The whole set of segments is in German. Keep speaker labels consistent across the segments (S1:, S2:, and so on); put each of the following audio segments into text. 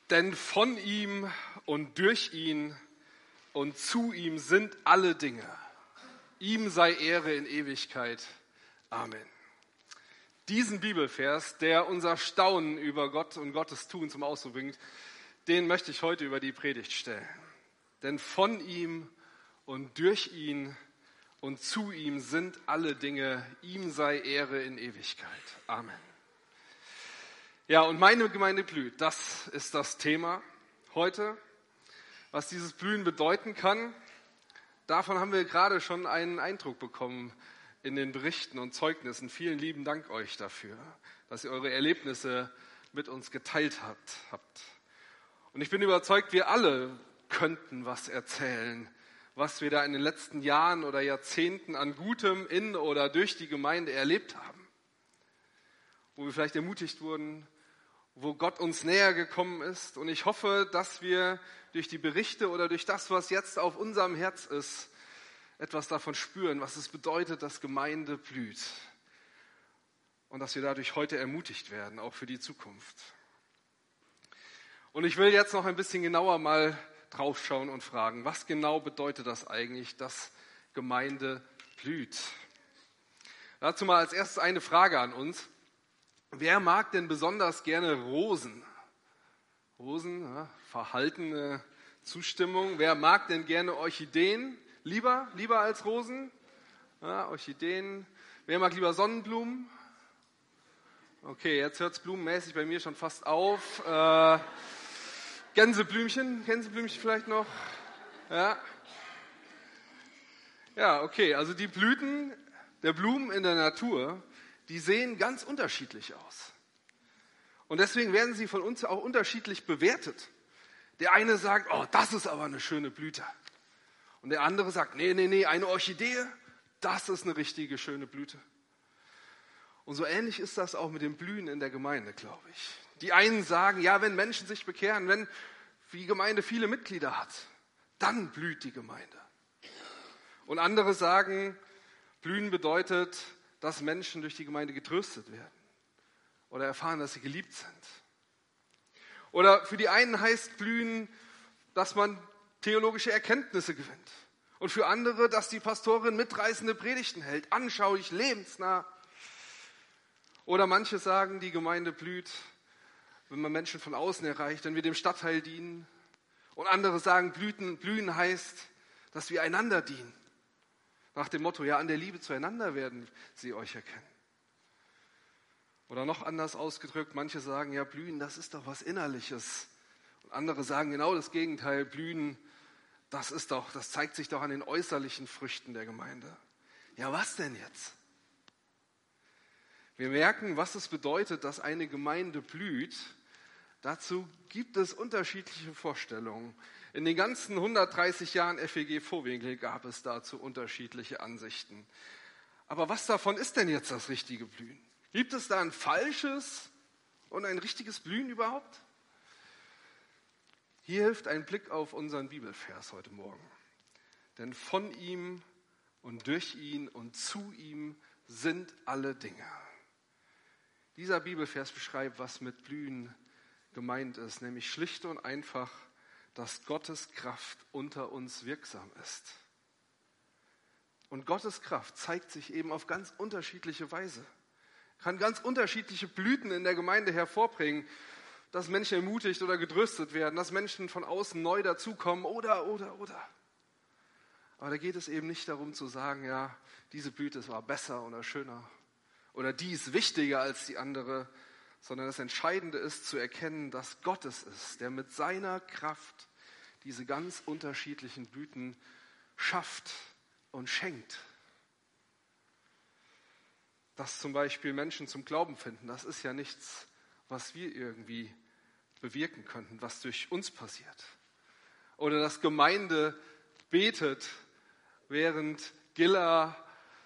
S1: Denn von ihm und durch ihn und zu ihm sind alle Dinge. Ihm sei Ehre in Ewigkeit. Amen. Diesen Bibelvers, der unser Staunen über Gott und Gottes Tun zum Ausdruck bringt, den möchte ich heute über die Predigt stellen. Denn von ihm und durch ihn und zu ihm sind alle Dinge. Ihm sei Ehre in Ewigkeit. Amen. Ja, und meine Gemeinde blüht. Das ist das Thema heute. Was dieses Blühen bedeuten kann, davon haben wir gerade schon einen Eindruck bekommen in den Berichten und Zeugnissen. Vielen lieben Dank euch dafür, dass ihr eure Erlebnisse mit uns geteilt habt. Und ich bin überzeugt, wir alle könnten was erzählen, was wir da in den letzten Jahren oder Jahrzehnten an Gutem in oder durch die Gemeinde erlebt haben. Wo wir vielleicht ermutigt wurden, wo Gott uns näher gekommen ist. Und ich hoffe, dass wir durch die Berichte oder durch das, was jetzt auf unserem Herz ist, etwas davon spüren, was es bedeutet, dass Gemeinde blüht. Und dass wir dadurch heute ermutigt werden, auch für die Zukunft. Und ich will jetzt noch ein bisschen genauer mal draufschauen und fragen, was genau bedeutet das eigentlich, dass Gemeinde blüht? Dazu mal als erstes eine Frage an uns. Wer mag denn besonders gerne Rosen? Rosen, ja, verhaltene Zustimmung. Wer mag denn gerne Orchideen? Lieber als Rosen? Ja, Orchideen. Wer mag lieber Sonnenblumen? Okay, jetzt hört es blumenmäßig bei mir schon fast auf. Gänseblümchen vielleicht noch? Ja, okay, also die Blüten der Blumen in der Natur, die sehen ganz unterschiedlich aus. Und deswegen werden sie von uns auch unterschiedlich bewertet. Der eine sagt, oh, das ist aber eine schöne Blüte. Und der andere sagt, nee, eine Orchidee, das ist eine richtige schöne Blüte. Und so ähnlich ist das auch mit dem Blühen in der Gemeinde, glaube ich. Die einen sagen, ja, wenn Menschen sich bekehren, wenn die Gemeinde viele Mitglieder hat, dann blüht die Gemeinde. Und andere sagen, blühen bedeutet, dass Menschen durch die Gemeinde getröstet werden oder erfahren, dass sie geliebt sind. Oder für die einen heißt blühen, dass man theologische Erkenntnisse gewinnt. Und für andere, dass die Pastorin mitreißende Predigten hält, anschaulich, lebensnah. Oder manche sagen, die Gemeinde blüht, wenn man Menschen von außen erreicht, wenn wir dem Stadtteil dienen. Und andere sagen, blühen heißt, dass wir einander dienen. Nach dem Motto, ja, an der Liebe zueinander werden sie euch erkennen. Oder noch anders ausgedrückt, manche sagen, ja, blühen, das ist doch was Innerliches. Und andere sagen genau das Gegenteil, blühen, das zeigt sich doch an den äußerlichen Früchten der Gemeinde. Ja, was denn jetzt? Wir merken, was es bedeutet, dass eine Gemeinde blüht. Dazu gibt es unterschiedliche Vorstellungen. In den ganzen 130 Jahren FEG Vohwinkel gab es dazu unterschiedliche Ansichten. Aber was davon ist denn jetzt das richtige Blühen? Gibt es da ein falsches und ein richtiges Blühen überhaupt? Hier hilft ein Blick auf unseren Bibelvers heute Morgen. Denn von ihm und durch ihn und zu ihm sind alle Dinge. Dieser Bibelvers beschreibt, was mit Blühen gemeint ist, nämlich schlicht und einfach, dass Gottes Kraft unter uns wirksam ist. Und Gottes Kraft zeigt sich eben auf ganz unterschiedliche Weise. Kann ganz unterschiedliche Blüten in der Gemeinde hervorbringen, dass Menschen ermutigt oder getröstet werden, dass Menschen von außen neu dazukommen oder. Aber da geht es eben nicht darum zu sagen, ja, diese Blüte war besser oder schöner oder die ist wichtiger als die andere, sondern das Entscheidende ist zu erkennen, dass Gott es ist, der mit seiner Kraft diese ganz unterschiedlichen Blüten schafft und schenkt. Dass zum Beispiel Menschen zum Glauben finden, das ist ja nichts, was wir irgendwie bewirken könnten, was durch uns passiert. Oder dass Gemeinde betet, während es Gilla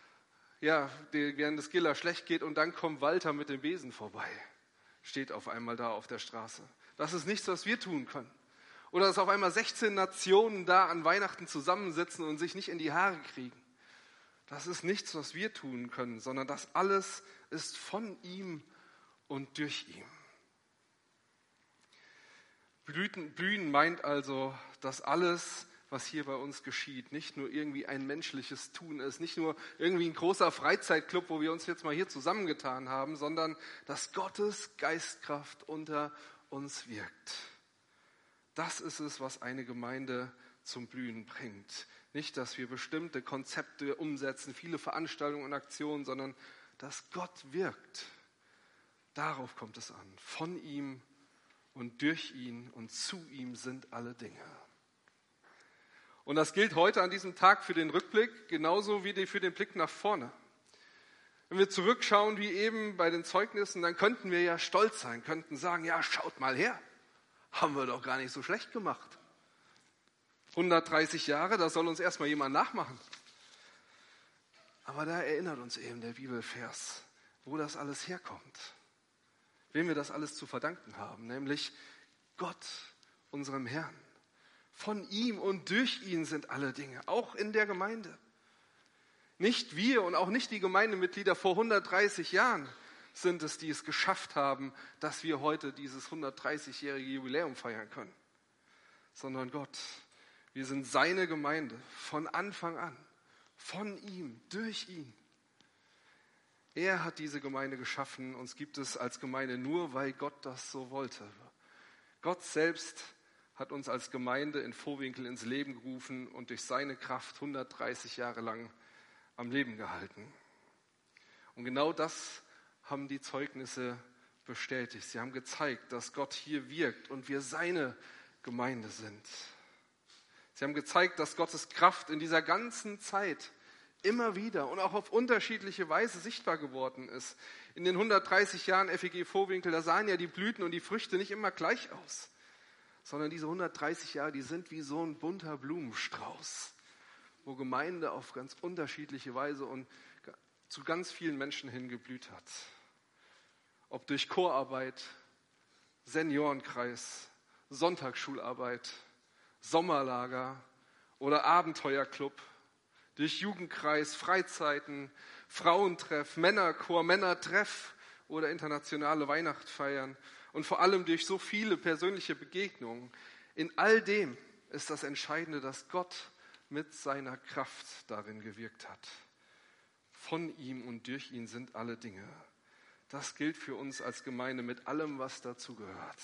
S1: schlecht geht und dann kommt Walter mit dem Besen vorbei. Steht auf einmal da auf der Straße. Das ist nichts, was wir tun können. Oder dass auf einmal 16 Nationen da an Weihnachten zusammensitzen und sich nicht in die Haare kriegen. Das ist nichts, was wir tun können, sondern das alles ist von ihm und durch ihn. Blühen meint also, dass alles, was hier bei uns geschieht, nicht nur irgendwie ein menschliches Tun ist, nicht nur irgendwie ein großer Freizeitclub, wo wir uns jetzt mal hier zusammengetan haben, sondern dass Gottes Geistkraft unter uns wirkt. Das ist es, was eine Gemeinde zum Blühen bringt. Nicht, dass wir bestimmte Konzepte umsetzen, viele Veranstaltungen und Aktionen, sondern dass Gott wirkt. Darauf kommt es an. Von ihm und durch ihn und zu ihm sind alle Dinge. Und das gilt heute an diesem Tag für den Rückblick, genauso wie für den Blick nach vorne. Wenn wir zurückschauen, wie eben bei den Zeugnissen, dann könnten wir ja stolz sein, könnten sagen, ja, schaut mal her, haben wir doch gar nicht so schlecht gemacht. 130 Jahre, das soll uns erstmal jemand nachmachen. Aber da erinnert uns eben der Bibelvers, wo das alles herkommt. Wem wir das alles zu verdanken haben, nämlich Gott, unserem Herrn. Von ihm und durch ihn sind alle Dinge, auch in der Gemeinde. Nicht wir und auch nicht die Gemeindemitglieder vor 130 Jahren sind es, die es geschafft haben, dass wir heute dieses 130-jährige Jubiläum feiern können, sondern Gott. Wir sind seine Gemeinde von Anfang an, von ihm, durch ihn. Er hat diese Gemeinde geschaffen, uns gibt es als Gemeinde nur, weil Gott das so wollte. Gott selbst hat uns als Gemeinde in Vohwinkel ins Leben gerufen und durch seine Kraft 130 Jahre lang am Leben gehalten. Und genau das haben die Zeugnisse bestätigt. Sie haben gezeigt, dass Gott hier wirkt und wir seine Gemeinde sind. Sie haben gezeigt, dass Gottes Kraft in dieser ganzen Zeit immer wieder und auch auf unterschiedliche Weise sichtbar geworden ist. In den 130 Jahren FEG Vohwinkel, da sahen ja die Blüten und die Früchte nicht immer gleich aus, sondern diese 130 Jahre, die sind wie so ein bunter Blumenstrauß, wo Gemeinde auf ganz unterschiedliche Weise und zu ganz vielen Menschen hin geblüht hat. Ob durch Chorarbeit, Seniorenkreis, Sonntagsschularbeit, Sommerlager oder Abenteuerclub, durch Jugendkreis, Freizeiten, Frauentreff, Männerchor, Männertreff oder internationale Weihnachtsfeiern und vor allem durch so viele persönliche Begegnungen. In all dem ist das Entscheidende, dass Gott mit seiner Kraft darin gewirkt hat. Von ihm und durch ihn sind alle Dinge. Das gilt für uns als Gemeinde mit allem, was dazugehört.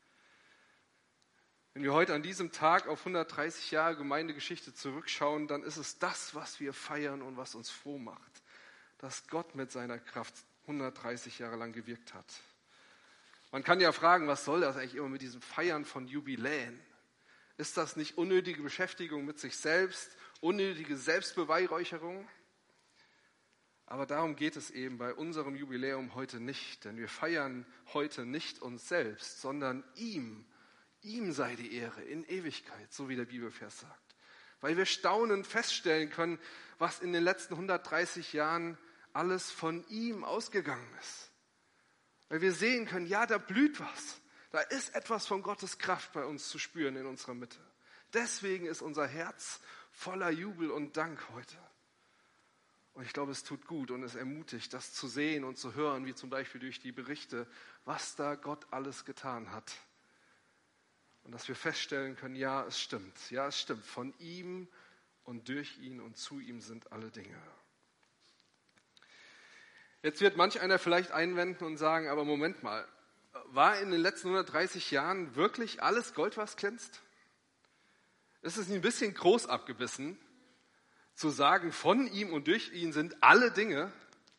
S1: Wenn wir heute an diesem Tag auf 130 Jahre Gemeindegeschichte zurückschauen, dann ist es das, was wir feiern und was uns froh macht, dass Gott mit seiner Kraft 130 Jahre lang gewirkt hat. Man kann ja fragen, was soll das eigentlich immer mit diesem Feiern von Jubiläen? Ist das nicht unnötige Beschäftigung mit sich selbst, unnötige Selbstbeweihräucherung? Aber darum geht es eben bei unserem Jubiläum heute nicht, denn wir feiern heute nicht uns selbst, sondern ihm. Ihm sei die Ehre in Ewigkeit, so wie der Bibelvers sagt. Weil wir staunend feststellen können, was in den letzten 130 Jahren alles von ihm ausgegangen ist. Weil wir sehen können, ja, da blüht was. Da ist etwas von Gottes Kraft bei uns zu spüren in unserer Mitte. Deswegen ist unser Herz voller Jubel und Dank heute. Und ich glaube, es tut gut und es ermutigt, das zu sehen und zu hören, wie zum Beispiel durch die Berichte, was da Gott alles getan hat. Und dass wir feststellen können, ja, es stimmt. Von ihm und durch ihn und zu ihm sind alle Dinge. Jetzt wird manch einer vielleicht einwenden und sagen, aber Moment mal, war in den letzten 130 Jahren wirklich alles Gold, was glänzt? Ist es nicht ein bisschen groß abgebissen, zu sagen, von ihm und durch ihn sind alle Dinge?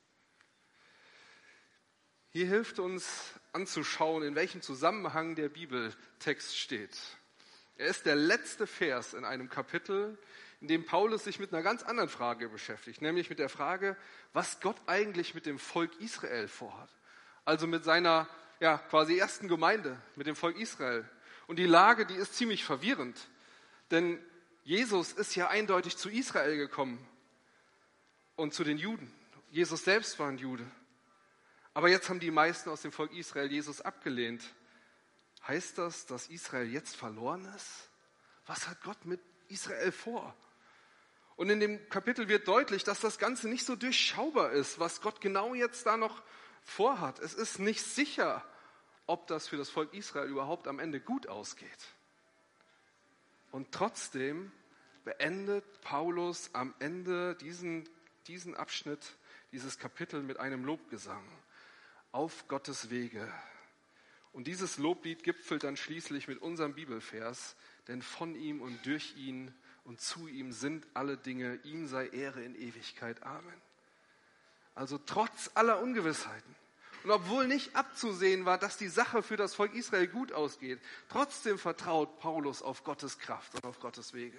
S1: Hier hilft uns anzuschauen, in welchem Zusammenhang der Bibeltext steht. Er ist der letzte Vers in einem Kapitel, in dem Paulus sich mit einer ganz anderen Frage beschäftigt, nämlich mit der Frage, was Gott eigentlich mit dem Volk Israel vorhat. Also mit seiner quasi ersten Gemeinde, mit dem Volk Israel. Und die Lage, die ist ziemlich verwirrend, denn Jesus ist ja eindeutig zu Israel gekommen und zu den Juden. Jesus selbst war ein Jude. Aber jetzt haben die meisten aus dem Volk Israel Jesus abgelehnt. Heißt das, dass Israel jetzt verloren ist? Was hat Gott mit Israel vor? Und in dem Kapitel wird deutlich, dass das Ganze nicht so durchschaubar ist, was Gott genau jetzt da noch vorhat. Es ist nicht sicher, ob das für das Volk Israel überhaupt am Ende gut ausgeht. Und trotzdem beendet Paulus am Ende diesen Abschnitt, dieses Kapitel mit einem Lobgesang auf Gottes Wege. Und dieses Loblied gipfelt dann schließlich mit unserem Bibelvers, denn von ihm und durch ihn und zu ihm sind alle Dinge, ihm sei Ehre in Ewigkeit. Amen. Also trotz aller Ungewissheiten und obwohl nicht abzusehen war, dass die Sache für das Volk Israel gut ausgeht, trotzdem vertraut Paulus auf Gottes Kraft und auf Gottes Wege.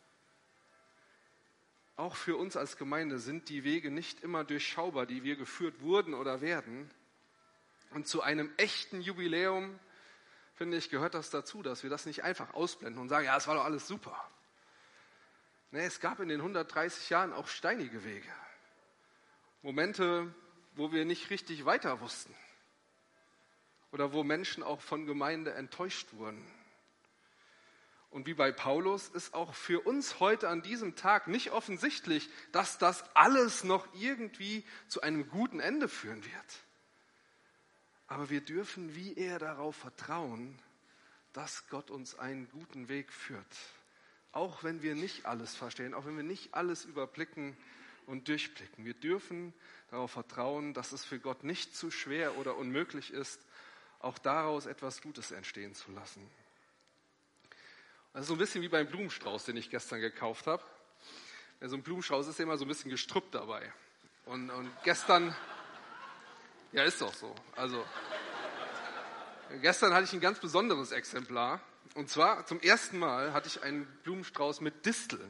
S1: Auch für uns als Gemeinde sind die Wege nicht immer durchschaubar, die wir geführt wurden oder werden. Und zu einem echten Jubiläum, finde ich, gehört das dazu, dass wir das nicht einfach ausblenden und sagen, ja, es war doch alles super. Nee, es gab in den 130 Jahren auch steinige Wege. Momente, wo wir nicht richtig weiter wussten. Oder wo Menschen auch von Gemeinde enttäuscht wurden. Und wie bei Paulus ist auch für uns heute an diesem Tag nicht offensichtlich, dass das alles noch irgendwie zu einem guten Ende führen wird. Aber wir dürfen wie er darauf vertrauen, dass Gott uns einen guten Weg führt. Auch wenn wir nicht alles verstehen, auch wenn wir nicht alles überblicken und durchblicken. Wir dürfen darauf vertrauen, dass es für Gott nicht zu schwer oder unmöglich ist, auch daraus etwas Gutes entstehen zu lassen. Also so ein bisschen wie beim Blumenstrauß, den ich gestern gekauft habe. Ja, so ein Blumenstrauß ist ja immer so ein bisschen gestrüppt dabei. Und gestern, ja ist doch so, also gestern hatte ich ein ganz besonderes Exemplar. Und zwar zum ersten Mal hatte ich einen Blumenstrauß mit Disteln.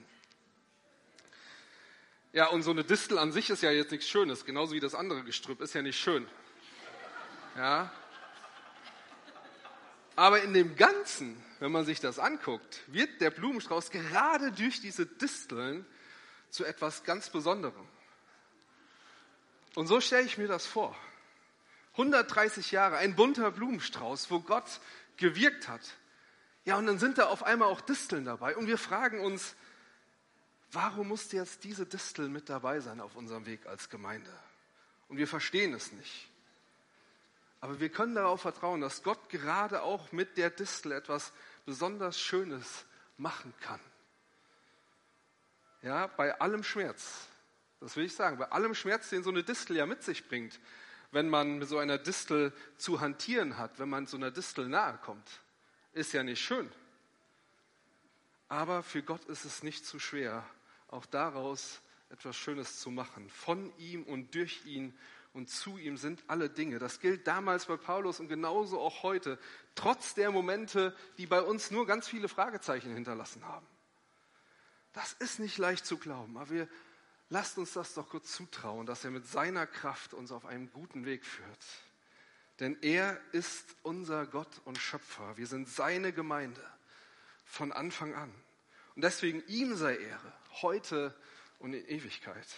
S1: Ja, und so eine Distel an sich ist ja jetzt nichts Schönes, genauso wie das andere Gestrüpp, ist ja nicht schön. Ja. Aber in dem Ganzen, wenn man sich das anguckt, wird der Blumenstrauß gerade durch diese Disteln zu etwas ganz Besonderem. Und so stelle ich mir das vor. 130 Jahre, ein bunter Blumenstrauß, wo Gott gewirkt hat. Ja, und dann sind da auf einmal auch Disteln dabei. Und wir fragen uns, warum musste jetzt diese Distel mit dabei sein auf unserem Weg als Gemeinde? Und wir verstehen es nicht. Aber wir können darauf vertrauen, dass Gott gerade auch mit der Distel etwas besonders Schönes machen kann. Ja, bei allem Schmerz, das will ich sagen, bei allem Schmerz, den so eine Distel ja mit sich bringt, wenn man mit so einer Distel zu hantieren hat, wenn man so einer Distel nahe kommt, ist ja nicht schön. Aber für Gott ist es nicht zu schwer, auch daraus etwas Schönes zu machen. Von ihm und durch ihn und zu ihm sind alle Dinge. Das gilt damals bei Paulus und genauso auch heute, trotz der Momente, die bei uns nur ganz viele Fragezeichen hinterlassen haben. Das ist nicht leicht zu glauben, aber lasst uns das doch kurz zutrauen, dass er mit seiner Kraft uns auf einen guten Weg führt. Denn er ist unser Gott und Schöpfer. Wir sind seine Gemeinde von Anfang an. Und deswegen ihm sei Ehre, heute und in Ewigkeit.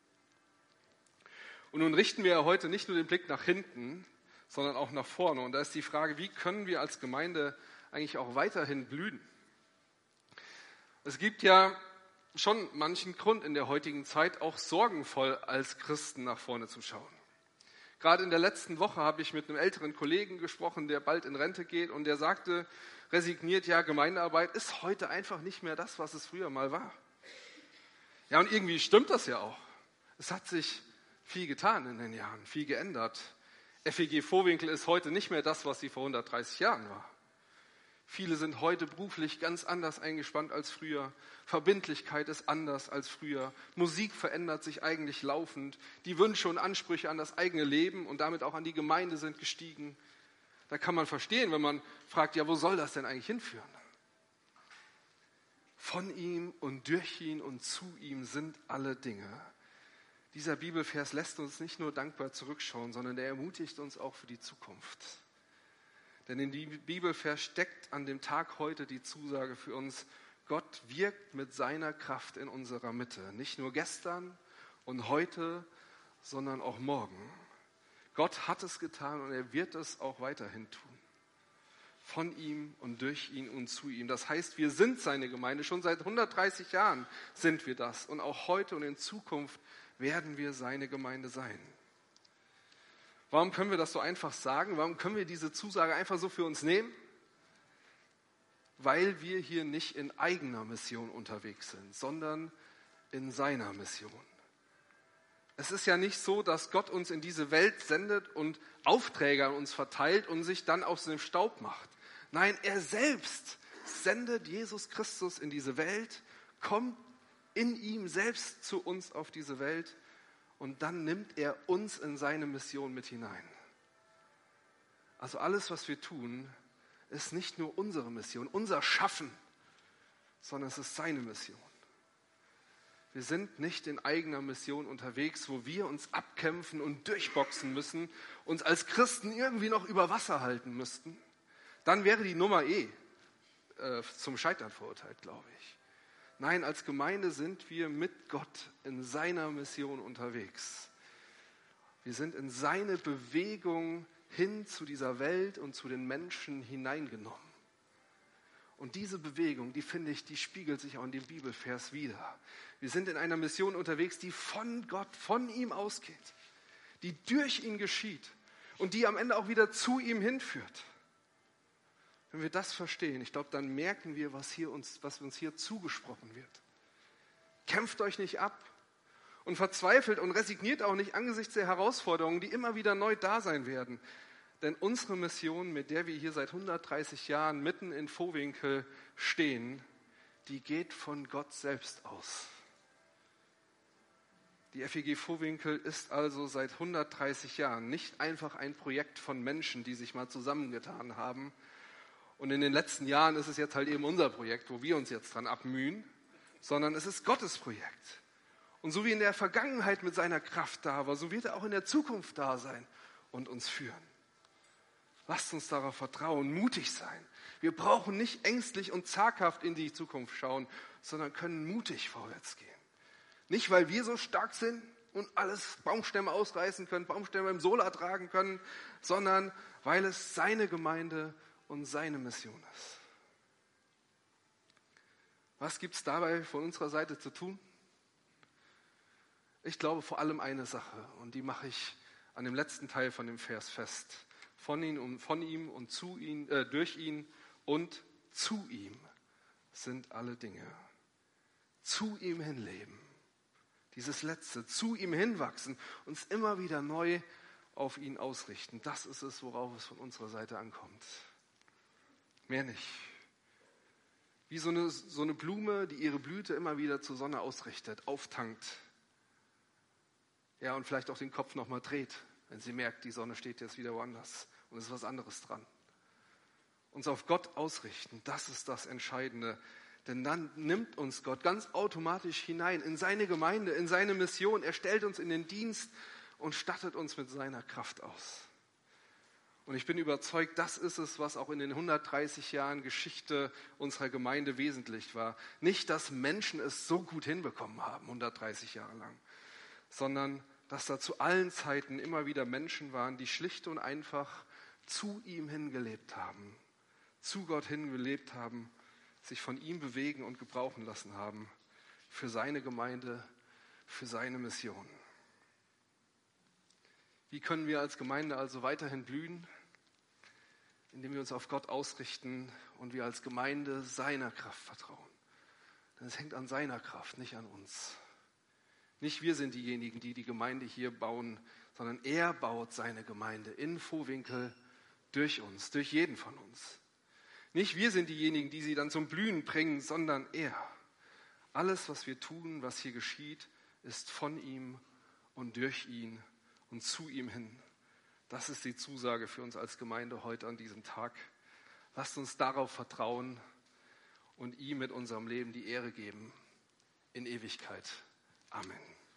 S1: Und nun richten wir heute nicht nur den Blick nach hinten, sondern auch nach vorne. Und da ist die Frage, wie können wir als Gemeinde eigentlich auch weiterhin blühen? Es gibt ja schon manchen Grund in der heutigen Zeit, auch sorgenvoll als Christen nach vorne zu schauen. Gerade in der letzten Woche habe ich mit einem älteren Kollegen gesprochen, der bald in Rente geht und der sagte, resigniert, ja, Gemeindearbeit ist heute einfach nicht mehr das, was es früher mal war. Ja, und irgendwie stimmt das ja auch. Es hat sich viel getan in den Jahren, viel geändert. FEG Vohwinkel ist heute nicht mehr das, was sie vor 130 Jahren war. Viele sind heute beruflich ganz anders eingespannt als früher. Verbindlichkeit ist anders als früher. Musik verändert sich eigentlich laufend. Die Wünsche und Ansprüche an das eigene Leben und damit auch an die Gemeinde sind gestiegen. Da kann man verstehen, wenn man fragt, ja, wo soll das denn eigentlich hinführen? Von ihm und durch ihn und zu ihm sind alle Dinge. Dieser Bibelvers lässt uns nicht nur dankbar zurückschauen, sondern der ermutigt uns auch für die Zukunft. Denn in dem Bibelvers steckt an dem Tag heute die Zusage für uns, Gott wirkt mit seiner Kraft in unserer Mitte. Nicht nur gestern und heute, sondern auch morgen. Gott hat es getan und er wird es auch weiterhin tun. Von ihm und durch ihn und zu ihm. Das heißt, wir sind seine Gemeinde. Schon seit 130 Jahren sind wir das. Und auch heute und in Zukunft werden wir seine Gemeinde sein. Warum können wir das so einfach sagen? Warum können wir diese Zusage einfach so für uns nehmen? Weil wir hier nicht in eigener Mission unterwegs sind, sondern in seiner Mission. Es ist ja nicht so, dass Gott uns in diese Welt sendet und Aufträge an uns verteilt und sich dann aus dem Staub macht. Nein, er selbst sendet Jesus Christus in diese Welt, kommt in ihm selbst zu uns auf diese Welt und dann nimmt er uns in seine Mission mit hinein. Also alles, was wir tun, ist nicht nur unsere Mission, unser Schaffen, sondern es ist seine Mission. Wir sind nicht in eigener Mission unterwegs, wo wir uns abkämpfen und durchboxen müssen, uns als Christen irgendwie noch über Wasser halten müssten. Dann wäre die Nummer zum Scheitern verurteilt, glaube ich. Nein, als Gemeinde sind wir mit Gott in seiner Mission unterwegs. Wir sind in seine Bewegung hin zu dieser Welt und zu den Menschen hineingenommen. Und diese Bewegung, die finde ich, die spiegelt sich auch in dem Bibelvers wider. Wir sind in einer Mission unterwegs, die von Gott, von ihm ausgeht, die durch ihn geschieht und die am Ende auch wieder zu ihm hinführt. Wenn wir das verstehen, ich glaube, dann merken wir, was uns hier zugesprochen wird. Kämpft euch nicht ab und verzweifelt und resigniert auch nicht angesichts der Herausforderungen, die immer wieder neu da sein werden. Denn unsere Mission, mit der wir hier seit 130 Jahren mitten in Vohwinkel stehen, die geht von Gott selbst aus. Die FEG Vohwinkel ist also seit 130 Jahren nicht einfach ein Projekt von Menschen, die sich mal zusammengetan haben. Und in den letzten Jahren ist es jetzt halt eben unser Projekt, wo wir uns jetzt dran abmühen, sondern es ist Gottes Projekt. Und so wie in der Vergangenheit mit seiner Kraft da war, so wird er auch in der Zukunft da sein und uns führen. Lasst uns darauf vertrauen, mutig sein. Wir brauchen nicht ängstlich und zaghaft in die Zukunft schauen, sondern können mutig vorwärts gehen. Nicht, weil wir so stark sind und alles Baumstämme ausreißen können, Baumstämme im Solar tragen können, sondern weil es seine Gemeinde und seine Mission ist. Was gibt es dabei von unserer Seite zu tun? Ich glaube vor allem eine Sache und die mache ich an dem letzten Teil von dem Vers fest. Von ihm und durch ihn und zu ihm sind alle Dinge. Zu ihm hinleben. Dieses Letzte, zu ihm hinwachsen, uns immer wieder neu auf ihn ausrichten. Das ist es, worauf es von unserer Seite ankommt. Mehr nicht. Wie so eine Blume, die ihre Blüte immer wieder zur Sonne ausrichtet, auftankt. Ja, und vielleicht auch den Kopf nochmal dreht, wenn sie merkt, die Sonne steht jetzt wieder woanders und es ist was anderes dran. Uns auf Gott ausrichten, das ist das Entscheidende. Denn dann nimmt uns Gott ganz automatisch hinein in seine Gemeinde, in seine Mission. Er stellt uns in den Dienst und stattet uns mit seiner Kraft aus. Und ich bin überzeugt, das ist es, was auch in den 130 Jahren Geschichte unserer Gemeinde wesentlich war. Nicht, dass Menschen es so gut hinbekommen haben, 130 Jahre lang, sondern dass da zu allen Zeiten immer wieder Menschen waren, die schlicht und einfach zu ihm hingelebt haben, zu Gott hingelebt haben, sich von ihm bewegen und gebrauchen lassen haben für seine Gemeinde, für seine Mission. Wie können wir als Gemeinde also weiterhin blühen? Indem wir uns auf Gott ausrichten und wir als Gemeinde seiner Kraft vertrauen. Denn es hängt an seiner Kraft, nicht an uns. Nicht wir sind diejenigen, die die Gemeinde hier bauen, sondern er baut seine Gemeinde in Vohwinkel durch uns, durch jeden von uns. Nicht wir sind diejenigen, die sie dann zum Blühen bringen, sondern er. Alles, was wir tun, was hier geschieht, ist von ihm und durch ihn und zu ihm hin. Das ist die Zusage für uns als Gemeinde heute an diesem Tag. Lasst uns darauf vertrauen und ihm mit unserem Leben die Ehre geben in Ewigkeit. Amen.